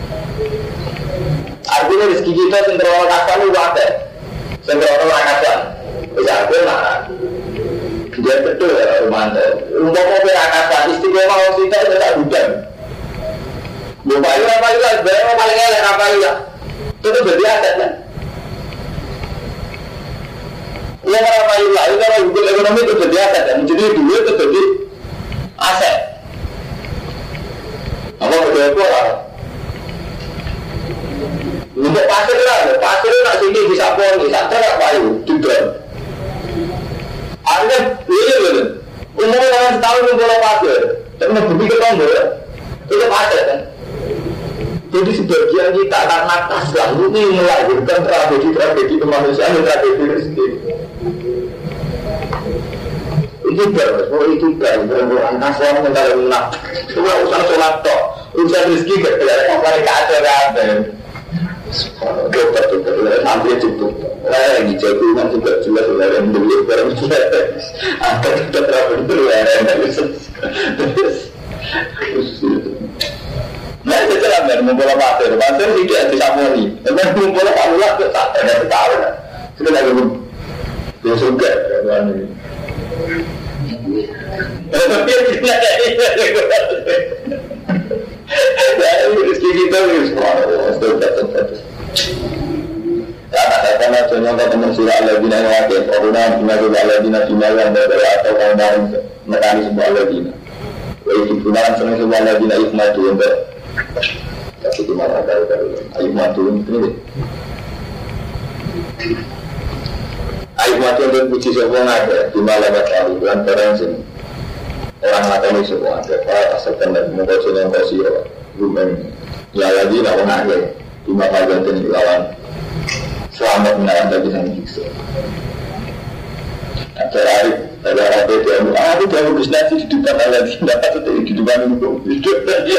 Artinya rezeki kita sentral orang kasuan itu ada. Sentral orang kasuan. Bisa aku nak. Dia betul ya, rumah itu. Untuk mau berangkatan, istiqomah kita itu tak bukan. Bapak itu apa itu? Sebenarnya paling elek apa itu? Itu jadi aset kan? Yang apa itu? Itu kalau hukum ekonomi itu jadi aset kan? Jadi dulu itu jadi aset. Apa betul itu lah? Untuk pasir lah, pasir nak sini di Saponi, santai tak payu, tidak. Anda ini umumnya orang setahun ngumpul pasir, tapi bukti ketemu itu pasir kan? Jadi sebagian kita karena kaslah ini melahirkan tragedi kemanusiaan dan tragedi rezeki. Itu itu berulang kaslah mengenai lunak. Cuma urusan sholat toh, urusan rezeki berkelar kaslah kacau kan? Dokter sampai cukup. Lagi jagungan juga jelas yang beli barang jelas. Ada dokter betul Nah, itu lah kan membola pasir tidak disaponi. Memang membola palulah itu tak ada tahu. Sudah lagi dia suka kan ini. Tapi dia rezeki kita itu karena contoh teman surah al-ladina yang wakil Corona, binadu al-ladina yang berbeda atau kaum mekanisme al-ladina wajib gunakan senang semua al-ladina ikmatu yang tapi di mana ada ikmatu ini ikmatu yang puji semua ada di malam hari bulan terang orang lakukan semua ada para asalkan dan mengkosong yang kosong bukan ya lagi lawan aja di mata jantan lawan selamat menarik bagi sang siksa. Terakhir ada apa dia? Aku dah bagus nasi di depan lagi dapat itu di depan itu. Lagi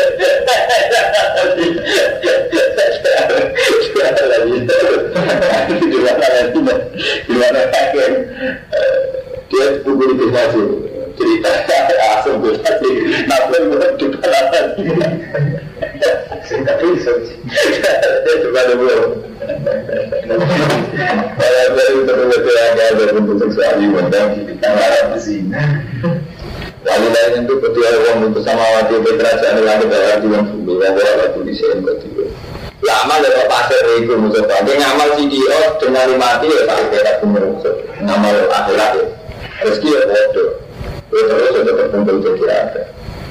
di mana kakek dia buku di nasi cerita asal berarti nafsu di depan lagi. Tapi dia coba dulu. Saya baru betul-betul ada bentuk seksual dan kita harap di sini. Lalu lain itu betul orang untuk sama waktu berkerajaan yang ada di dalam bumi yang berada di sini betul. Lama lewat pasir itu musuh. Dia ngamal CDO dengan mati ya tak kira musuh. Ngamal akhirat ya. Rezeki ya bodoh. Terus sudah terkumpul jadi ada.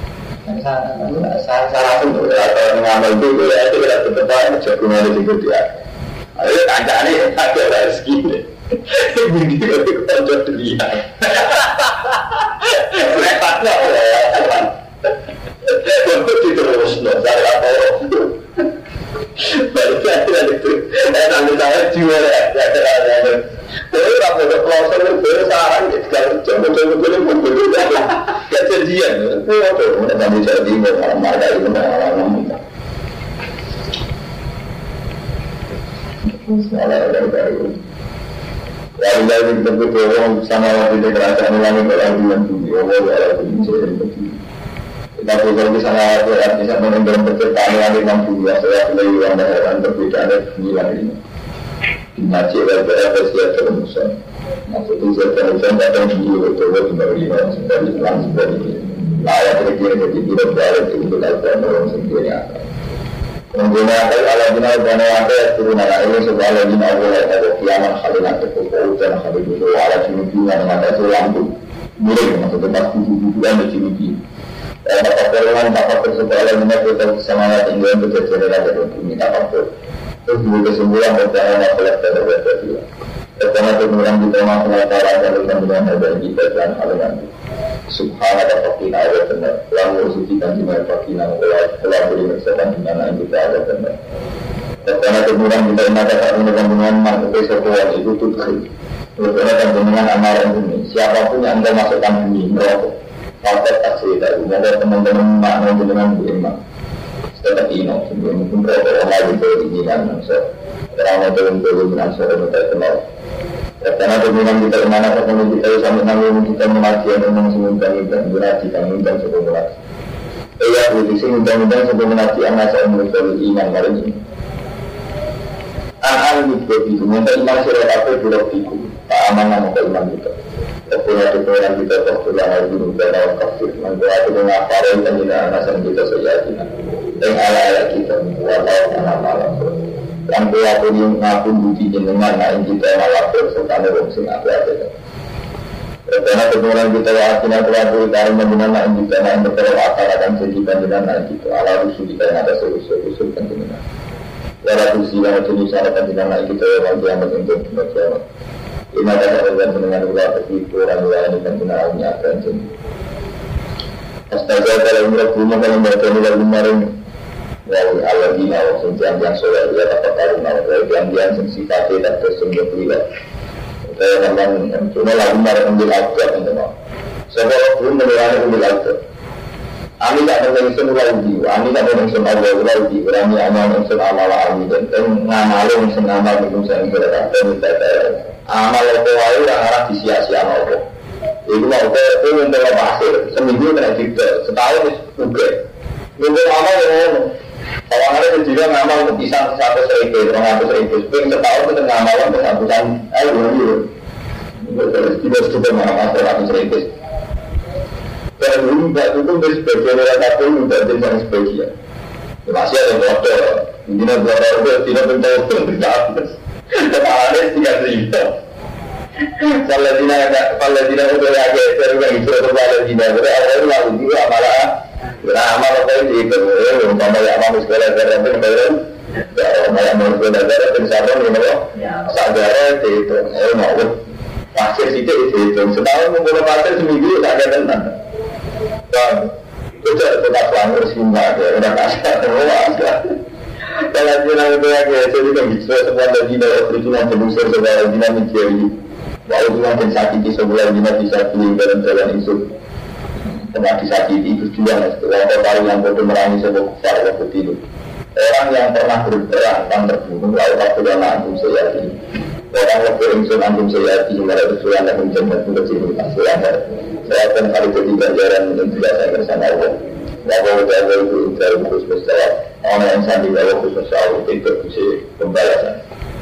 Saya rasa kalau ngamal itu ya itu tidak tetap jagungan itu dia. Ayo kancane ada rezeki ni. Begini kalau kau dunia. Repatlah ya. Untuk diterus dari apa? Baru saya itu. Nanti saya jual ya. Tapi kalau ada klausul itu sekarang kalau coba-coba boleh kejadian. Itu nanti jadi malah itu malah. Lalu dari bentuk orang sama waktu kerajaan ulangi berargumen bumi Allah ada bumi kita kalau di sana bisa menentukan penciptaan langit dan bumi asal dari yang dan berbeda dari bumi langit ini dimaci berbeda siapa terusan maksudnya siapa terusan datang di itu kembali dari Islam seperti ini layak kira-kira jadi tidak berada di dalam orang sendiri menggunakan aladina dan ada turunan ini sebuah aladina boleh ada kiamat khalilah terkumpul dan khalilah itu ala cimipinya dengan ada lampu mirip maksudnya pas buku-bukuan ada cimipi dan bapak tersebut aladina kita bersama tinggal berjalan ada bumi tapapur terus dua kesembuhan berjalan masalah terhadap dia pertama kemudian kita masalah cara dan kemudian ada kita dan aladina Subhanallah fakina ada benar lalu suci dan dimana fakina telah beri mersakan dimana kita ada benar karena kemudian kita mengatakan dengan makhluk sesuatu itu tutup karena dengan amaran ini siapapun yang anda masukkan ini merokok fakta tak cerita semoga teman-teman makna dengan beriman tetap ino, mungkin kalau lagi beriman, so orang itu beriman, so kita kenal. Karena beriman kita mana ketemu kita sampai nanggung kita mengaji yang memang semudah-mudah mengaji kan mudah sebelum mengaji. Ya, begitu mudah-mudah sebelum mengaji anak saya menurut iman hari ini. Anak itu minta iman surat apa surat itu, amanah mau iman kita. Punya tujuan kita tertulang lagi dan awal kafir. Membuat itu mengaparai dan tidak anasan kita sejatinya. Dan ala-ala kita walau anak-anak. Yang buat ini ngapun bukti jenengan yang kita melakukan serta nerungsing apa-apa. Karena tujuan kita yakin aturan tarik menjenang yang kita yang berterus akan sejikan jenengan kita. Ala rusuh kita yang ada serusuh kan jenengan. Ya lalu silang itu disarakan jenengan kita yang kiamat untuk kiamat. Ini adalah organ dengan ulah tertipu orang lain dan kenalnya akan jenis. Astaga kalau menurut rumah kalau mereka mulai kemarin, wali Allah dina waktu yang soleh dia dapat karuna yang sensitif dan tersembunyi privat. Saya memang cuma lagi kemarin ambil aktor teman. Sebab belum mengurangi ambil aktor. Ami tak ada yang senulai di, ami tak ada yang senulai di, berani amal yang senamala ami dan ngamal yang senamal itu saya kira dan tidak. Amal itu wae orang arah disia-sia apa. Itu mau itu untuk hasil seminggu kena juga setahun juga. Untuk amal yang kalau ada juga ngamal untuk pisang 100.000, 200.000, setahun kita ngamal untuk sambutan dulu. Tidak sudah ngamal 100.000. Dan dulu tak itu sebagian orang kafir tidak jadi spesial. Masih ada motor, tidak berapa tidak bentuk tidak. Ada 3.000. Palestina udah lagi terus itu Palestina. Berarti lalu juga malah beramal apa itu? Umpama ya amal sekolah kerjaan baru, malah mau sekolah negara pensaran ini sadar itu. Mau pasir situ itu setahun memulai pasir seminggu tak ada tenang. Dan itu tetap langgar singgah ya, udah kasar semua. Kalau Cina itu lagi, saya juga bisa semua Cina Cina telusur segala Cina mencari. Walau cuma sakiti sebulan Cina bisa pilih dalam jalan itu. Tengah disakiti itu juga, setelah terbaru yang bodoh merangi sebuah kufar waktu itu. Orang yang pernah berperang dan terbunuh, lalu waktu dalam antum saya ini. Orang waktu insun antum saya ini, mereka bersuara dan menjemput kecil hasilnya. Saya akan kali ketiga jalan yang tidak saya bersama Allah. Bahwa jaga itu dari khusus saya, orang yang sandi dari khusus saya itu bisa pembalasan.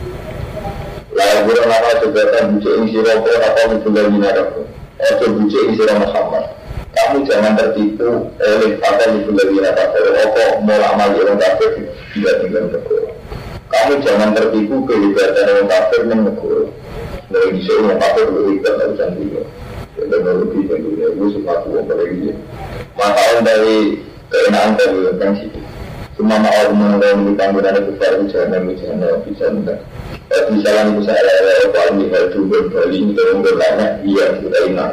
Lalu burung apa sebagai buce isi rokok atau juga binatang. Atau buce isi Muhammad. Kamu jangan tertipu oleh apa juga binatang. Rokok melamal orang kafir tidak tinggal negara. Kamu jangan tertipu kehebatan orang kafir dan negara. Dari di sini orang kafir berhibah dan cantik. Teknologi dan dunia itu sesuatu yang berbeda. Masalah dari keenaan dan situ. Semua mau mengenai tanggungan itu baru jangan bisa mudah. Misalnya itu saya ada paling juga Bali itu yang berlama dia sudah ingat.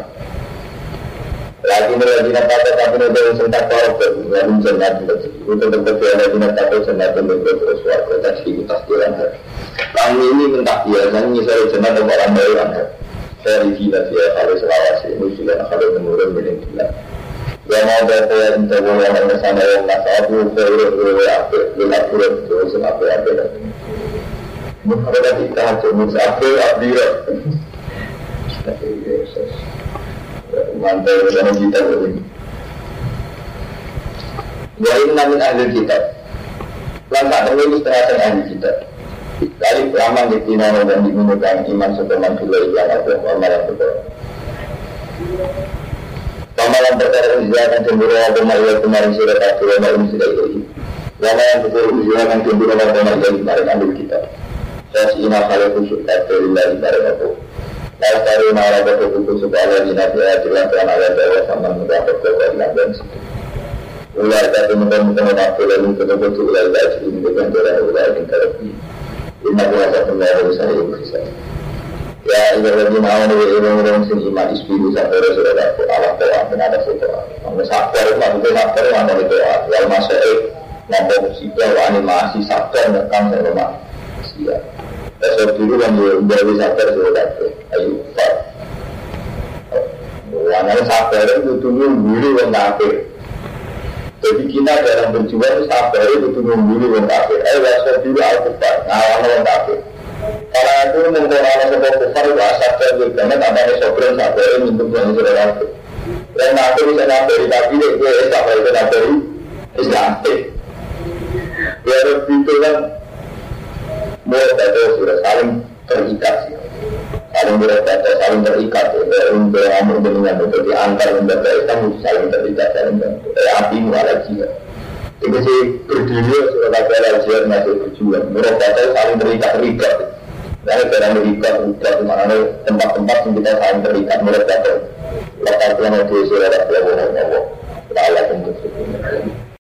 Lagi kata tapi ada sentak korban lalu sentak itu tetap ada kata sentak terus suatu tas jalan. Kami ini minta biasanya misalnya sentak orang bayaran. Dari kita dia harus selawasi ini sudah harus menurun menjadi gila. Yang mau berapa yang terbawa yang bersama yang masalah itu apa terus apa. Mungkin kita harus apa. Mantap dengan kita ini. Jadi namun ahli kitab. Lantas ini setengah ahli kitab. Dari peraman di Tinano dan digunakan iman setelah filai yang ada pemalan perkara. Pemalan perkara ini akan cemburu pemalan kemarin sudah tak terima ini sudah ini. Pemalan perkara ini akan cemburu pemalan yang kemarin ambil kita. Saya ina kalau khusus dari lagi dari aku. Saya cari malah betul supaya di nanti adalah karena ada dewa sama mendapat kewajiban dan situ. Ulai kata mudah-mudahan waktu lalu betul-betul ulai lagi ini dengan cara ulai yang terlebih. Ini adalah pembahasan saya yang bisa. Ya, ini lagi mau orang sing iman istiqomah sampai sudah dapat alat doa dan ada doa. Kalau sabar mana doa. Kalau masuk nampak musibah animasi sabar nekam sama sia. Besok dulu kan dari sabar sudah dapat. Ayo, Pak. Wanita sabar itu dulu orang kafir. Jadi kita dalam berjuang sabar itu mengungguli orang kafir. Wasal dulu al-kufar, ngawang orang kafir. Karena itu mengkorang sebuah kufar itu asal dan karena tambahnya sobren sabar untuk yang sudah kafir. Dan kafir bisa nabari kafir, itu sabar itu nabari Islam. Ya itu kan mulai sudah saling terikat sih. Saling berkata, saling terikat. Untuk amur dengan untuk diantar lembaga Islam saling terikat, saling bantu. Api mualah jihad. Itu sih berdiri sudah ada jihad masih berjuang. Mereka saling terikat. Nah, karena terikat di mana tempat-tempat yang kita saling terikat mereka. Lepas yang itu sudah ada pelabuhan Allah. Allah untuk